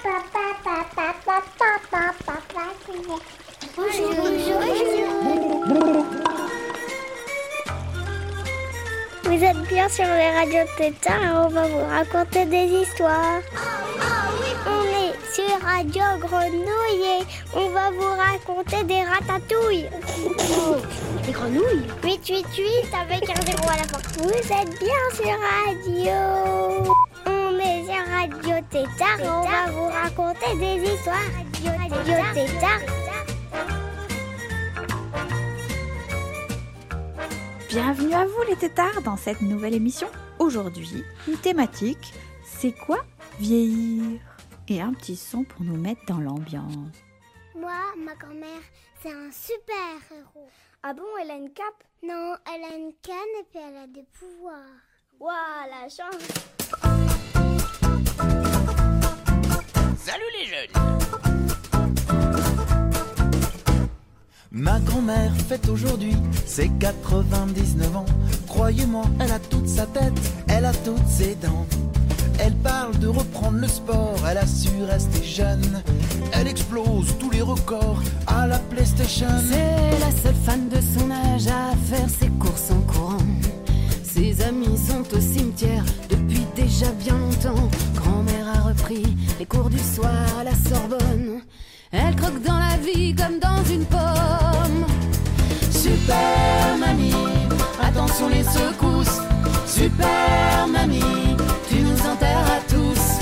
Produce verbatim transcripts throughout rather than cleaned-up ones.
Bonjour, bonjour. Vous êtes bien sur les radios Tétard et on va vous raconter des histoires. On est sur Radio Grenouille et on va vous raconter des ratatouilles. Des grenouilles? huit huit huit avec un zéro à la fin. Vous êtes bien sur Radio. On est sur Radio Tétard et on va vous raconter des histoires. Radio Tétard. Bienvenue à vous les tétards dans cette nouvelle émission. Aujourd'hui, une thématique, c'est quoi vieillir? Et un petit son pour nous mettre dans l'ambiance. Moi, ma grand-mère, c'est un super héros. Ah bon, elle a une cape? Non, elle a une canne et puis elle a des pouvoirs. Waouh, la chance! Salut les jeunes! Ma grand-mère fête aujourd'hui ses quatre-vingt-dix-neuf ans. Croyez-moi, elle a toute sa tête, elle a toutes ses dents. Elle parle de reprendre le sport, elle a su rester jeune. Elle explose tous les records à la PlayStation. C'est la seule fan de son âge à faire ses courses en courant. Ses amis sont au cimetière depuis déjà bien longtemps. Grand-mère a repris les cours du soir à la Sorbonne. Elle croque dans la vie comme dans une pomme. Super mamie, attention les secousses. Super mamie, tu nous enterres à tous.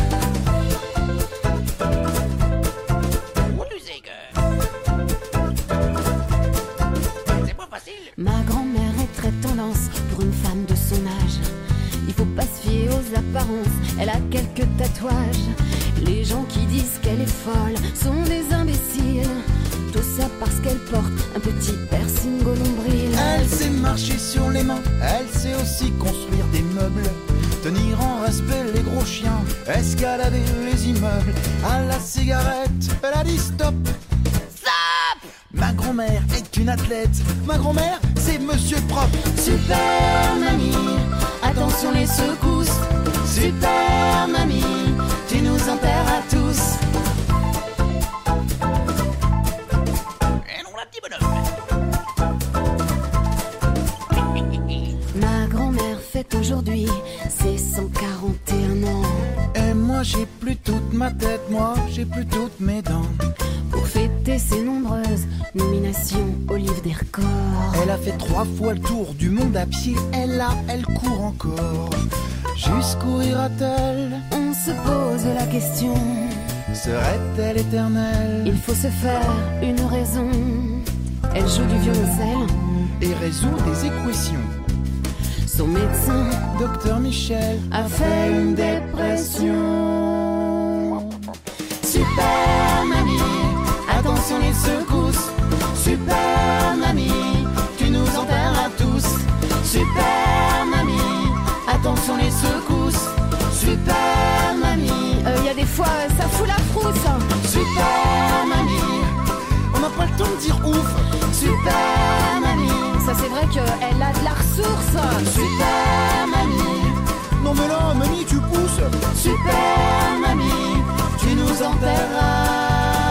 C'est pas facile. Ma grand-mère est très tendance pour une femme de son âge. Il faut pas se fier aux apparences, elle a quelques tatouages. Les gens qui disent qu'elle est folle sont des imbéciles. Tout ça parce qu'elle porte un petit piercing au nombril. Elle sait marcher sur les mains, elle sait aussi construire des meubles. Tenir en respect les gros chiens, escalader les immeubles. À la cigarette, elle a dit stop. Stop. Ma grand-mère est une athlète, ma grand-mère c'est Monsieur Propre. Super mamie, attention les secousses. Super mamie, tu nous enterres à tous. Et non, la petite bonhomme. Ma grand-mère fête aujourd'hui ses cent quarante et un ans. Et moi j'ai plus toute ma tête, moi j'ai plus toutes mes dents. Pour fêter ses nombreuses nominations au livre des records. Elle a fait trois fois le tour du monde à pied, elle là, elle court encore. Jusqu'où ira-t-elle? On se pose la question. Serait-elle éternelle? Il faut se faire une raison. Elle joue du violoncelle Et résout des équations. Son médecin, Docteur Michel, a fait une dépression. Super mamie, attention les secousses. Super mamie, tu nous enterres à tous. Super mamie, attention les secousses. Super mamie, Il euh, y a des fois, ça fout la frousse. super mamie, on n'a pas le temps de dire ouf. Super mamie, Ça c'est vrai qu'elle a de la ressource. super mamie, non mais là mamie tu pousses. Super mamie, tu nous enterreras.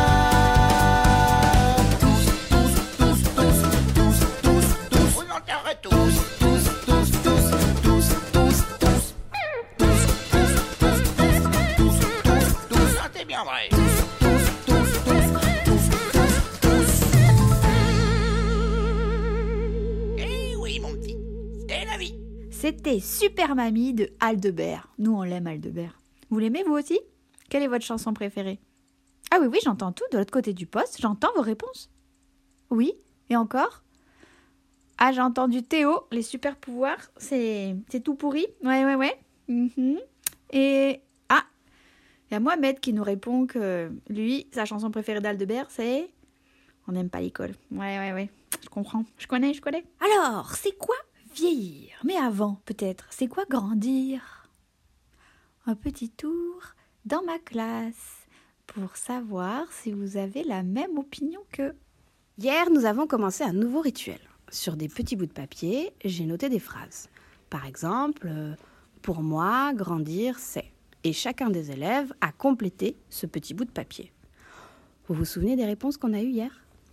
Tous, tous, tous, tous, tous, tous, tous. Vous l'enterrez tous. Tous, tous, tous, tous, tous, tous, tous. Tous, tous, tous, tous, tous, tous. Ça, c'est bien vrai. Tous, tous, tous, tous, tous. Eh oui, mon petit. C'est la vie. C'était Super Mamie de Aldebert. Nous on l'aime Aldebert. Vous l'aimez vous aussi? Quelle est votre chanson préférée? Ah oui, oui, j'entends tout de l'autre côté du poste, j'entends vos réponses. Oui, et encore? Ah, j'ai entendu Théo, les super pouvoirs, c'est, c'est tout pourri. Ouais, ouais, ouais. Mhm. Et ah, il y a Mohamed qui nous répond que lui, sa chanson préférée d'Aldebert, c'est On n'aime pas l'école. Ouais, ouais, ouais, je comprends, je connais, je connais. Alors, c'est quoi vieillir? Mais avant, peut-être, c'est quoi grandir? Un petit tour dans ma classe pour savoir si vous avez la même opinion qu'eux. Hier, nous avons commencé un nouveau rituel. Sur des petits bouts de papier, j'ai noté des phrases. Par exemple, euh, pour moi, grandir, c'est... et chacun des élèves a complété ce petit bout de papier. Vous vous souvenez des réponses qu'on a eues hier ?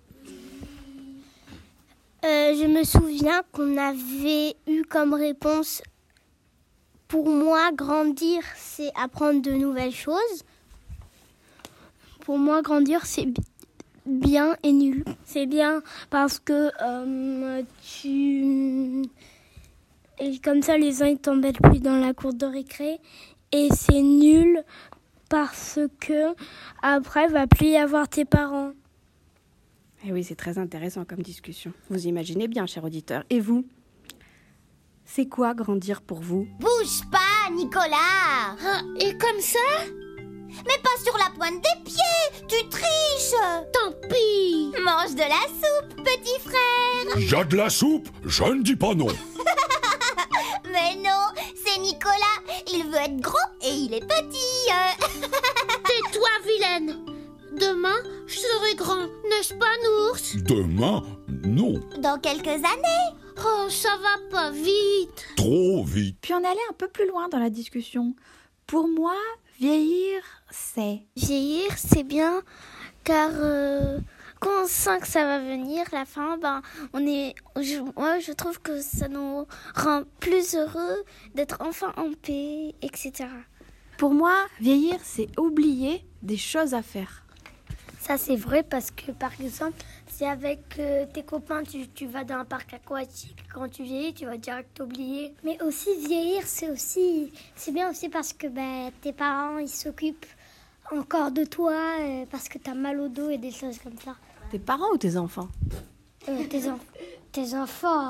Euh, je me souviens qu'on avait eu comme réponse, pour moi, grandir, c'est apprendre de nouvelles choses. Pour moi, grandir, c'est bien et nul. C'est bien parce que euh, tu... Et comme ça, les uns, ils t'embêtent plus dans la cour de récré. Et c'est nul parce que après, il va plus y avoir tes parents. Et oui, c'est très intéressant comme discussion. Vous imaginez bien, cher auditeur. Et vous ? C'est quoi grandir pour vous ? Bouge pas, Nicolas. Ah, et comme ça ? Mais pas sur la pointe des pieds. Tu triches. Tant pis. Mange de la soupe, petit frère. Y a de la soupe ? Je ne dis pas non. Mais non, c'est Nicolas. Il veut être gros et il est petit. Tais-toi, vilaine. Demain, je serai grand, n'est-ce pas, Nours ? Demain ? Non. Dans quelques années. Oh, ça va pas vite. Trop vite. Puis on est allé un peu plus loin dans la discussion. Pour moi, vieillir, c'est... Vieillir, c'est bien, car euh, quand on sent que ça va venir, la fin, ben, on est, je, moi, je trouve que ça nous rend plus heureux d'être enfin en paix, et cetera. Pour moi, vieillir, c'est oublier des choses à faire. Ça, c'est vrai parce que, par exemple, si avec euh, tes copains, tu, tu vas dans un parc aquatique, quand tu vieillis, tu vas direct t'oublier. Mais aussi, vieillir, c'est aussi, c'est bien aussi parce que ben, tes parents, ils s'occupent encore de toi, euh, parce que tu as mal au dos et des choses comme ça. Tes parents ou tes enfants ? euh, tes, en, tes enfants.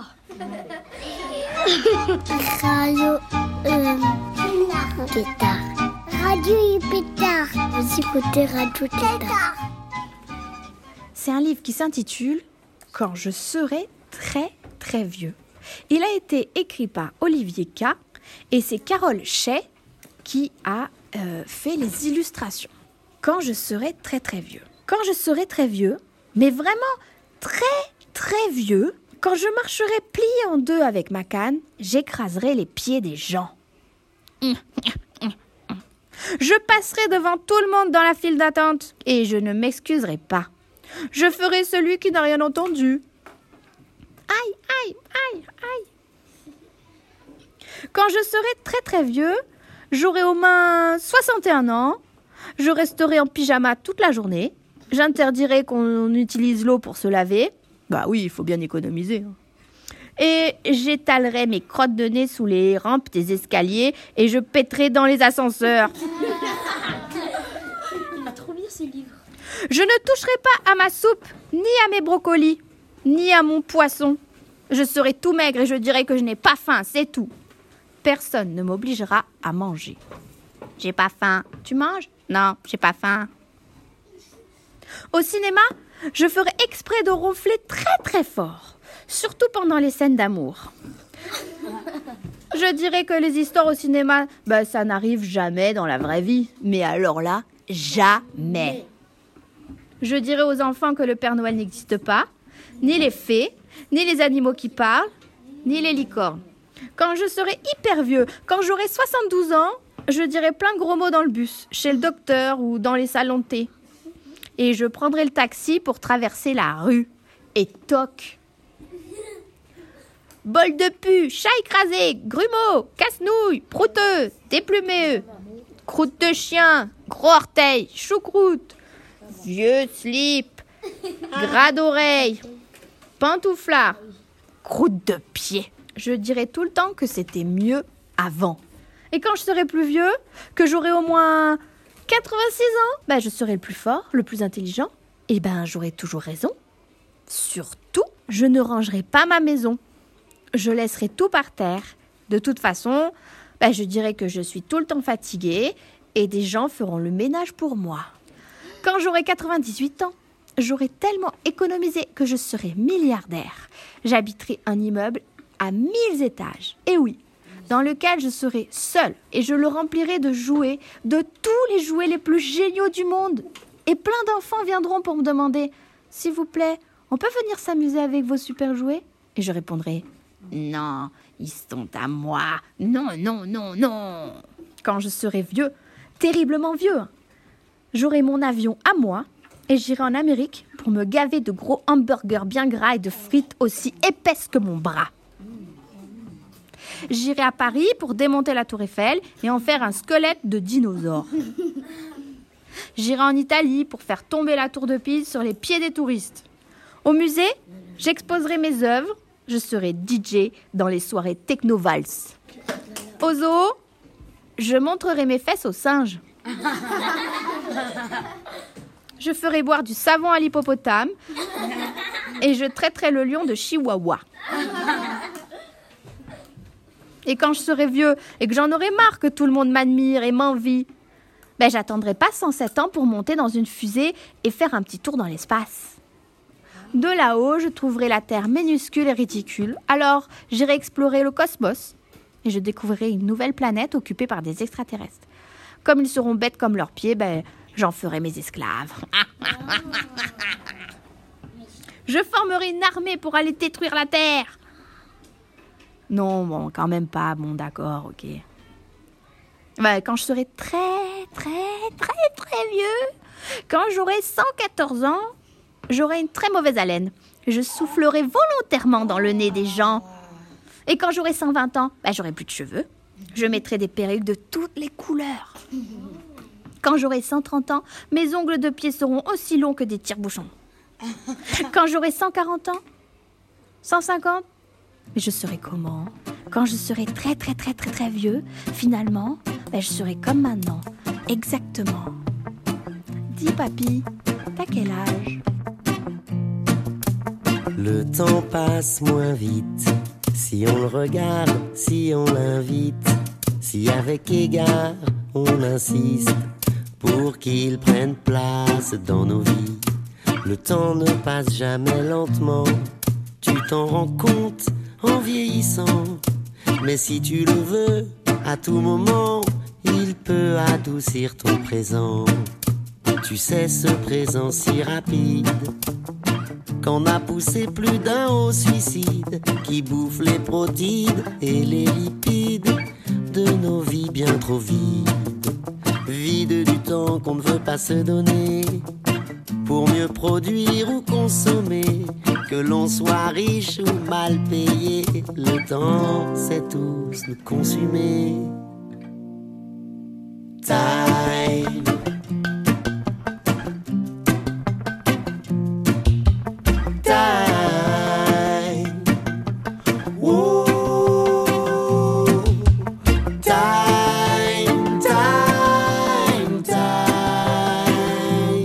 Radio euh, Tétard. Radio Pétard. Vous écoutez Radio Tétard. C'est un livre qui s'intitule « Quand je serai très très vieux ». Il a été écrit par Olivier K. et c'est Carole Chay qui a euh, fait les illustrations. Quand je serai très très vieux. Quand je serai très vieux, mais vraiment très très vieux, quand je marcherai plié en deux avec ma canne, j'écraserai les pieds des gens. Je passerai devant tout le monde dans la file d'attente et je ne m'excuserai pas. Je ferai celui qui n'a rien entendu. Aïe, aïe, aïe, aïe. Quand je serai très très vieux, j'aurai au moins soixante et un ans. Je resterai en pyjama toute la journée. J'interdirai qu'on utilise l'eau pour se laver. Bah oui, il faut bien économiser. Et j'étalerai mes crottes de nez sous les rampes des escaliers et je pèterai dans les ascenseurs. Il va trop bien ce livre. Je ne toucherai pas à ma soupe, ni à mes brocolis, ni à mon poisson. Je serai tout maigre et je dirai que je n'ai pas faim, c'est tout. Personne ne m'obligera à manger. J'ai pas faim. Tu manges ? Non, j'ai pas faim. Au cinéma, je ferai exprès de ronfler très très fort, surtout pendant les scènes d'amour. Je dirais que les histoires au cinéma, bah, ça n'arrive jamais dans la vraie vie. Mais alors là, jamais. Je dirais aux enfants que le Père Noël n'existe pas, ni les fées, ni les animaux qui parlent, ni les licornes. Quand je serai hyper vieux, quand j'aurai soixante-douze ans, je dirai plein de gros mots dans le bus, chez le docteur ou dans les salons de thé. Et je prendrai le taxi pour traverser la rue. Et toc. Bol de pu, chat écrasé, grumeau, casse-nouille, prouteux, déplumeux, croûte de chien, gros orteil, choucroute, vieux slip, gras d'oreille, pantouflard, croûte de pied. Je dirais tout le temps que c'était mieux avant. Et quand je serai plus vieux, que j'aurai au moins quatre-vingt-six ans, ben je serai le plus fort, le plus intelligent, et ben j'aurai toujours raison. Surtout, je ne rangerai pas ma maison. Je laisserai tout par terre. De toute façon, ben je dirai que je suis tout le temps fatiguée et des gens feront le ménage pour moi. Quand j'aurai quatre-vingt-dix-huit ans, j'aurai tellement économisé que je serai milliardaire. J'habiterai un immeuble à mille étages. Et oui, dans lequel je serai seule et je le remplirai de jouets, de tous les jouets les plus géniaux du monde. Et plein d'enfants viendront pour me demander « S'il vous plaît, on peut venir s'amuser avec vos super jouets ?» Et je répondrai « Non, ils sont à moi. Non, non, non, non. » quand je serai vieux, terriblement vieux, j'aurai mon avion à moi et j'irai en Amérique pour me gaver de gros hamburgers bien gras et de frites aussi épaisses que mon bras. J'irai à Paris pour démonter la Tour Eiffel et en faire un squelette de dinosaure. J'irai en Italie pour faire tomber la Tour de Pise sur les pieds des touristes. Au musée, j'exposerai mes œuvres. Je serai D J dans les soirées techno-vals. Au zoo, je montrerai mes fesses aux singes. Je ferai boire du savon à l'hippopotame et je traiterai le lion de chihuahua. Et quand je serai vieux et que j'en aurai marre que tout le monde m'admire et m'envie, ben j'attendrai pas cent sept ans pour monter dans une fusée et faire un petit tour dans l'espace. De là-haut, je trouverai la Terre minuscule et ridicule, alors j'irai explorer le cosmos et je découvrirai une nouvelle planète occupée par des extraterrestres. Comme ils seront bêtes comme leurs pieds, ben j'en ferai mes esclaves. Je formerai une armée pour aller détruire la Terre. Non, bon, quand même pas. Bon, d'accord, ok. Ben, quand je serai très, très, très, très vieux, quand j'aurai cent quatorze ans, j'aurai une très mauvaise haleine. Je soufflerai volontairement dans le nez des gens. Et quand j'aurai cent vingt ans, ben, j'aurai plus de cheveux. Je mettrai des perruques de toutes les couleurs. Quand j'aurai cent trente ans, mes ongles de pied seront aussi longs que des tire-bouchons. Quand j'aurai cent quarante ans, cent cinquante, mais je serai comment? Quand je serai très très très très très vieux, finalement, ben je serai comme maintenant, exactement. Dis papy, t'as quel âge? Le temps passe moins vite, si on le regarde, si on l'invite, si avec égard on insiste, pour qu'il prenne place dans nos vies. Le temps ne passe jamais lentement, tu t'en rends compte en vieillissant. Mais si tu le veux, à tout moment, il peut adoucir ton présent. Tu sais, ce présent si rapide, qu'en a poussé plus d'un au suicide, qui bouffe les protides et les lipides de nos vies bien trop vides. Vide du temps qu'on ne veut pas se donner, pour mieux produire ou consommer, que l'on soit riche ou mal payé, le temps sait tous nous consumer. Time. Time. Whoa. Time, time, time.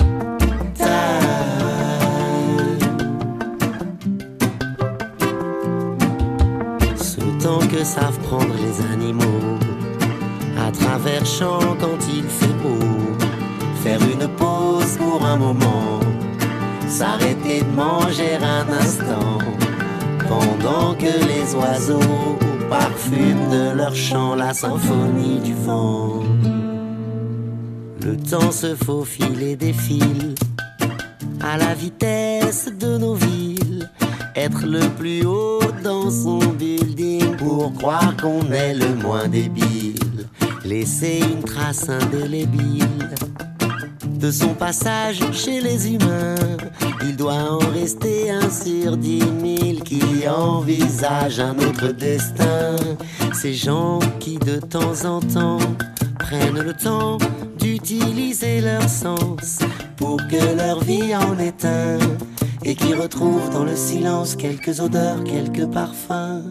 Ce temps que savent prendre les animaux, à travers champs quand il fait beau, faire une pause pour un moment, s'arrêter de manger un instant, pendant que les oiseaux parfument de leur chant la symphonie du vent. Le temps se faufile et défile à la vitesse de nos villes, être le plus haut dans son building pour croire qu'on est le moins débile, laisser une trace indélébile de son passage chez les humains. Il doit en rester un sur dix mille qui envisagent un autre destin. Ces gens qui de temps en temps prennent le temps d'utiliser leur sens pour que leur vie en est un, et qui retrouvent dans le silence quelques odeurs, quelques parfums.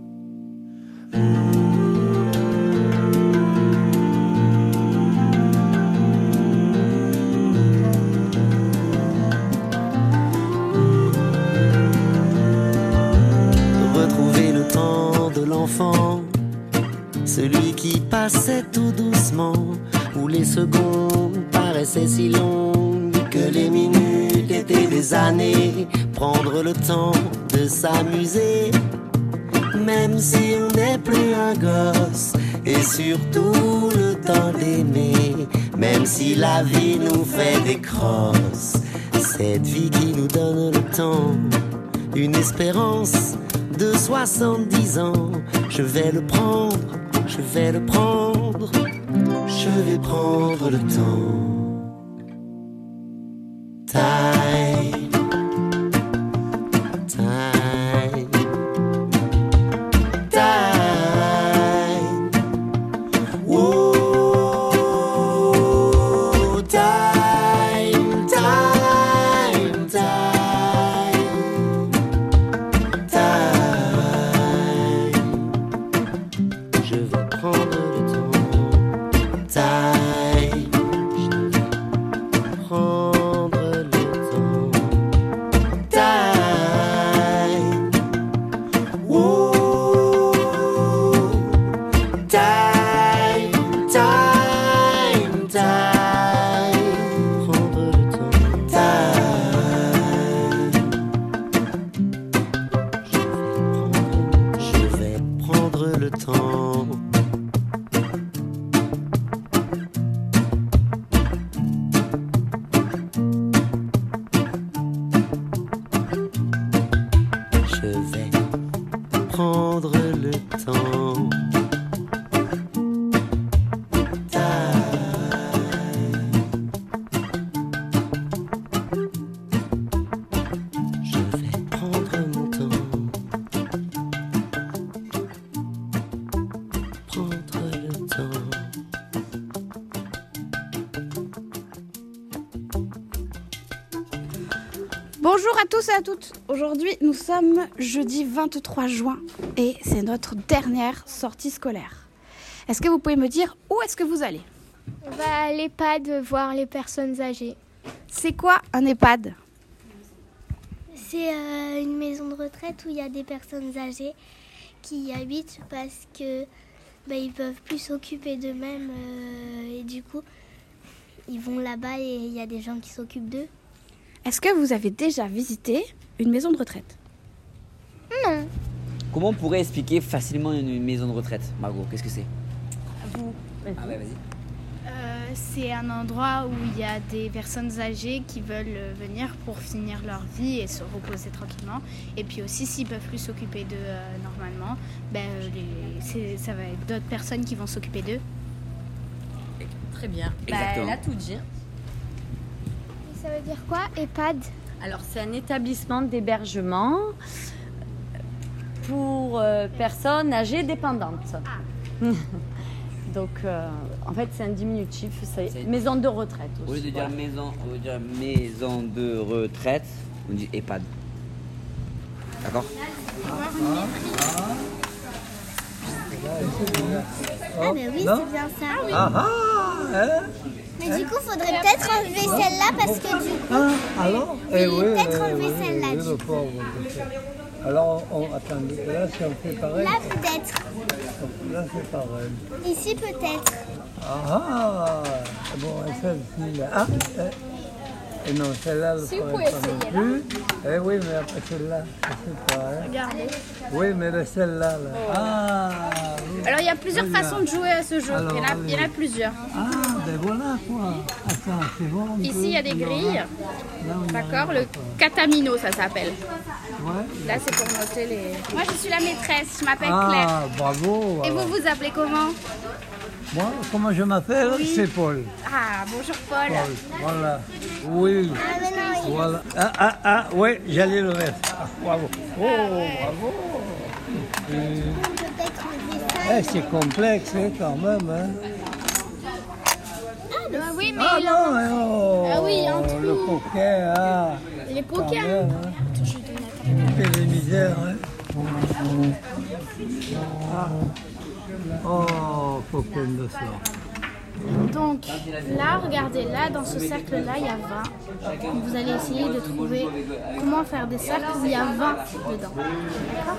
Retrouver le temps de l'enfant, celui qui passait tout doucement, où les secondes paraissaient si longues que les minutes étaient des années. Prendre le temps de s'amuser, même si on n'est plus un gosse, et surtout le temps d'aimer, même si la vie nous fait des crosses. Cette vie qui nous donne le temps, une espérance de soixante-dix ans. Je vais le prendre, je vais le prendre, je vais prendre le temps. Time, time, time. Whoa, time, time, time, time. Je vais prendre le temps. Time, je vais prendre le temps. Time, whoa, time, time, time. Prendre le temps. Time, je vais prendre le temps. Je vais prendre le temps. Je vais prendre mon temps. Prendre le temps. Bonjour à tous et à toutes. Aujourd'hui, nous sommes jeudi vingt-trois juin et c'est notre dernière sortie scolaire. Est-ce que vous pouvez me dire où est-ce que vous allez? On va à l'EHPAD voir les personnes âgées. C'est quoi un EHPAD? C'est euh, une maison de retraite où il y a des personnes âgées qui y habitent parce que bah, ils peuvent plus s'occuper d'eux-mêmes euh, et du coup ils vont là-bas et il y a des gens qui s'occupent d'eux. Est-ce que vous avez déjà visité une maison de retraite? Non. Comment on pourrait expliquer facilement une maison de retraite, Margot? Qu'est-ce que c'est? Vous. Ah ouais, vas-y. Euh, c'est un endroit où il y a des personnes âgées qui veulent venir pour finir leur vie et se reposer tranquillement. Et puis aussi, s'ils peuvent plus s'occuper d'eux euh, normalement, ben, euh, les, c'est, ça va être d'autres personnes qui vont s'occuper d'eux. Très bien. Exactement. Bah, elle a tout dit. Ça veut dire quoi, EHPAD? Alors, c'est un établissement d'hébergement pour euh, personnes âgées dépendantes. Ah. Donc, euh, en fait, c'est un diminutif, c'est, c'est maison de retraite aussi. Au lieu de dire voilà. maison, au lieu de dire maison de retraite, on dit EHPAD. D'accord? Ah ben oui, Non c'est bien ça. Ah ah, hein? Mais du coup, faudrait peut-être enlever celle-là parce que du coup, Ah, alors il Eh faut oui, peut-être oui, enlever oui, celle-là. oui, du le coup. pauvre, alors, on, attendez, là, si on fait pareil, Là peut-être. là, c'est pareil. Ici peut-être. Ah ah, bon, et celle-ci, là. Ah, eh, et non, celle-là, elle ne Si vous ferait pouvez pas non essayer, plus. Eh oui, mais après celle-là, je sais pas. Hein. Regardez. Oui, mais là, celle-là, là. Ah, oui. Alors, il y a plusieurs Voilà. façons de jouer à ce jeu. Alors, il, y en a, il y en a allez. plusieurs. Ah, ben voilà, quoi. Attends, c'est bon. on Ici, peut- il y a des on grilles. aura- Là, on y D'accord, arrive le pas. catamino, ça s'appelle. Ouais. Là, c'est pour noter les... Moi, je suis la maîtresse, je m'appelle Ah, Claire. bravo. Et alors. vous, vous appelez comment? Moi, comment je m'appelle? Oui. C'est Paul. Ah, bonjour Paul. Paul, voilà. Oui. Ah mais non, il Voilà. Ah, ah, ah, oui, j'allais le mettre. Ah, bravo. Oh, bravo. Et- faut peut-être le dessin. eh, c'est complexe, hein, quand même. Hein. Ah, oui, mais Ah il non, hein, oh, Ah oui, un trou. le poker, ah. Les Quand poker. même, hein. Quelle misère, hein. Ah. Oh, poker de ça. Donc là, regardez, là, dans ce cercle-là, il y a vingt. Vous allez essayer de trouver comment faire des cercles où il y a vingt dedans. D'accord?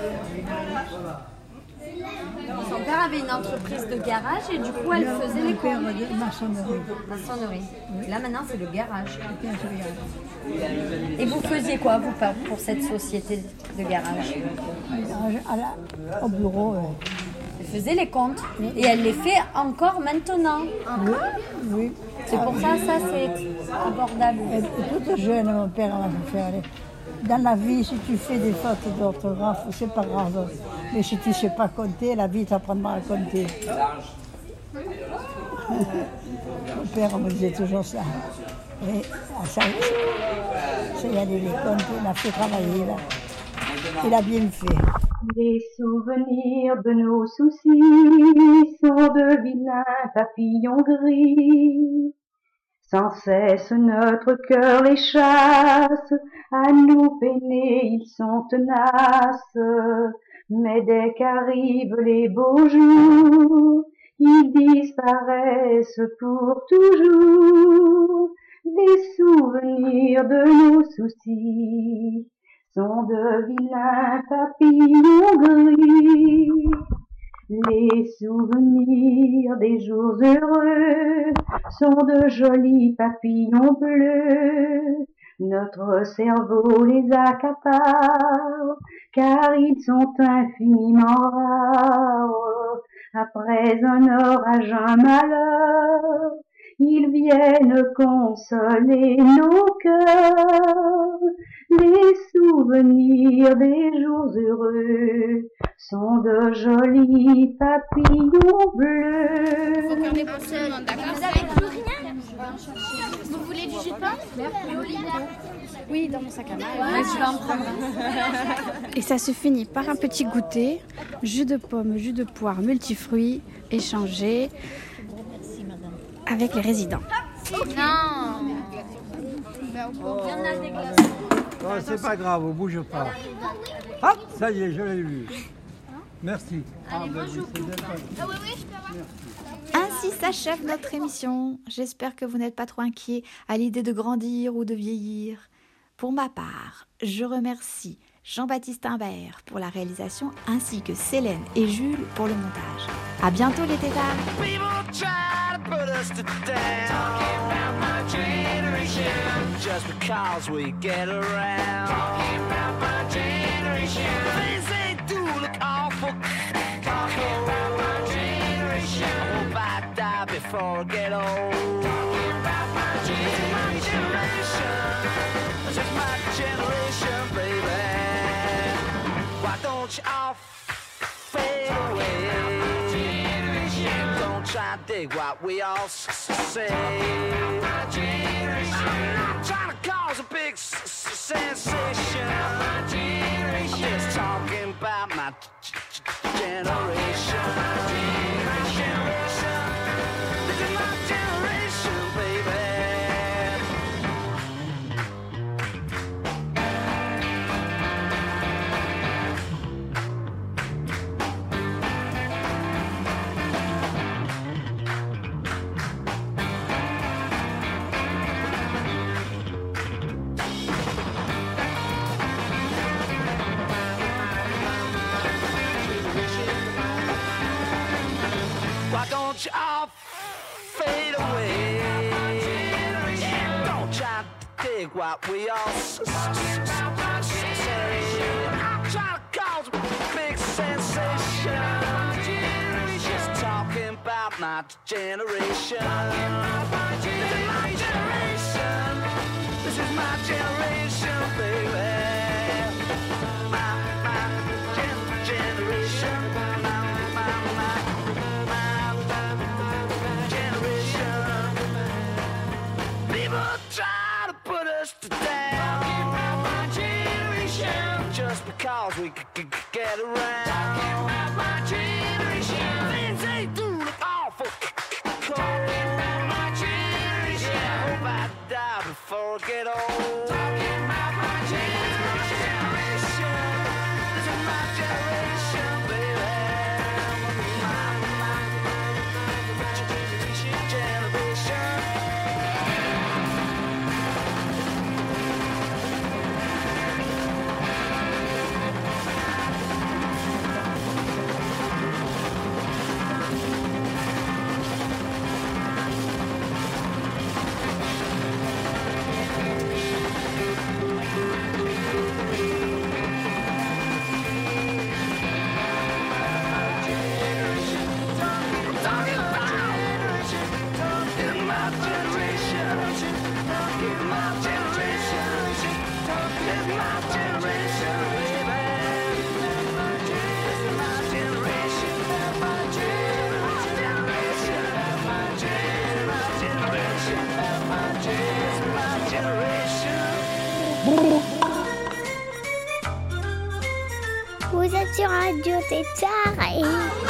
Son père avait une entreprise de garage et du coup, elle faisait les cours. Maçonnerie. Maçonnerie. Là, maintenant, c'est le garage. Et vous faisiez quoi, vous, par- pour cette société de garage? Au bureau. euh, Elle faisait les comptes. Et elle les fait encore maintenant. Oui, oui. C'est pour ça, ça, c'est abordable. Et toute jeune, mon père m'a fait faire les, dans la vie, si tu fais des fautes d'orthographe, c'est pas grave. Mais si tu ne sais pas compter, la vie t'apprendra à compter. Mon père me disait toujours ça. Et ça, ça y aller les comptes, il a fait travailler là. Il a bien fait. Les souvenirs de nos soucis sont de vilains papillons gris. Sans cesse notre cœur les chasse, à nous peiner ils sont tenaces. Mais dès qu'arrivent les beaux jours, ils disparaissent pour toujours. Les souvenirs de nos soucis sont de vilains papillons gris. Les souvenirs des jours heureux sont de jolis papillons bleus. Notre cerveau les accapare, car ils sont infiniment rares. Après un orage, un malheur, ils viennent consoler nos cœurs. Les souvenirs des jours heureux sont de jolis papillons bleus. Faut garder pour tout le monde, d'accord? Vous avez plus rien? Vous voulez du jus de pomme? Oui, dans mon sac à main. Ouais, je vais en prendre. Et ça se finit par un petit goûter, jus de pomme, jus de poire, multifruits, échangé avec les résidents. Non. Oh, c'est pas grave, on bouge pas. Ah, ça y est, je l'ai vu. Merci. Ah, ben oui, c'est bien passé. Ainsi s'achève notre émission. J'espère que vous n'êtes pas trop inquiets à l'idée de grandir ou de vieillir. Pour ma part, je remercie Jean-Baptiste Imbert pour la réalisation ainsi que Célène et Jules pour le montage. À bientôt les tétards. Just because we get around. Talking about my generation. Things they do look awful. Talking about my generation. I hope I die before I get old. Talking about my generation. This is my generation, baby. Why don't you all fade away? Don't try to dig what we all say. I'm not trying to cause a big s s sensation. I'm just talking about my generation. My generation. This is my generation, baby. Why don't you all fade away? Yeah, don't try to dig what we all say. I'm trying to cause a big sensation. Just talking about my generation. This is my generation. This is my generation, baby. My, my gen generation. My, my, my. People try to put us to down. Talking about my generation. Just because we could get around. Talking about my generation. Things they do look awful cold. Talking about my generation. Yeah, I hope I die before I get old. Talking about my generation. This is my generation, baby. My, my, my generation. Vous êtes sur Radio Tétard et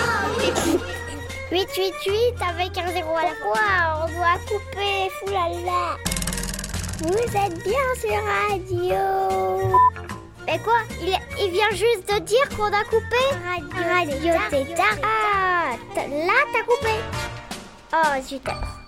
huit huit huit avec un zéro à la fois. On doit couper, foulala. Vous êtes bien sur Radio. Mais quoi, il, il vient juste de dire qu'on a coupé Radio, Radio Tétard. Ah, t- là t'as coupé. Oh zut.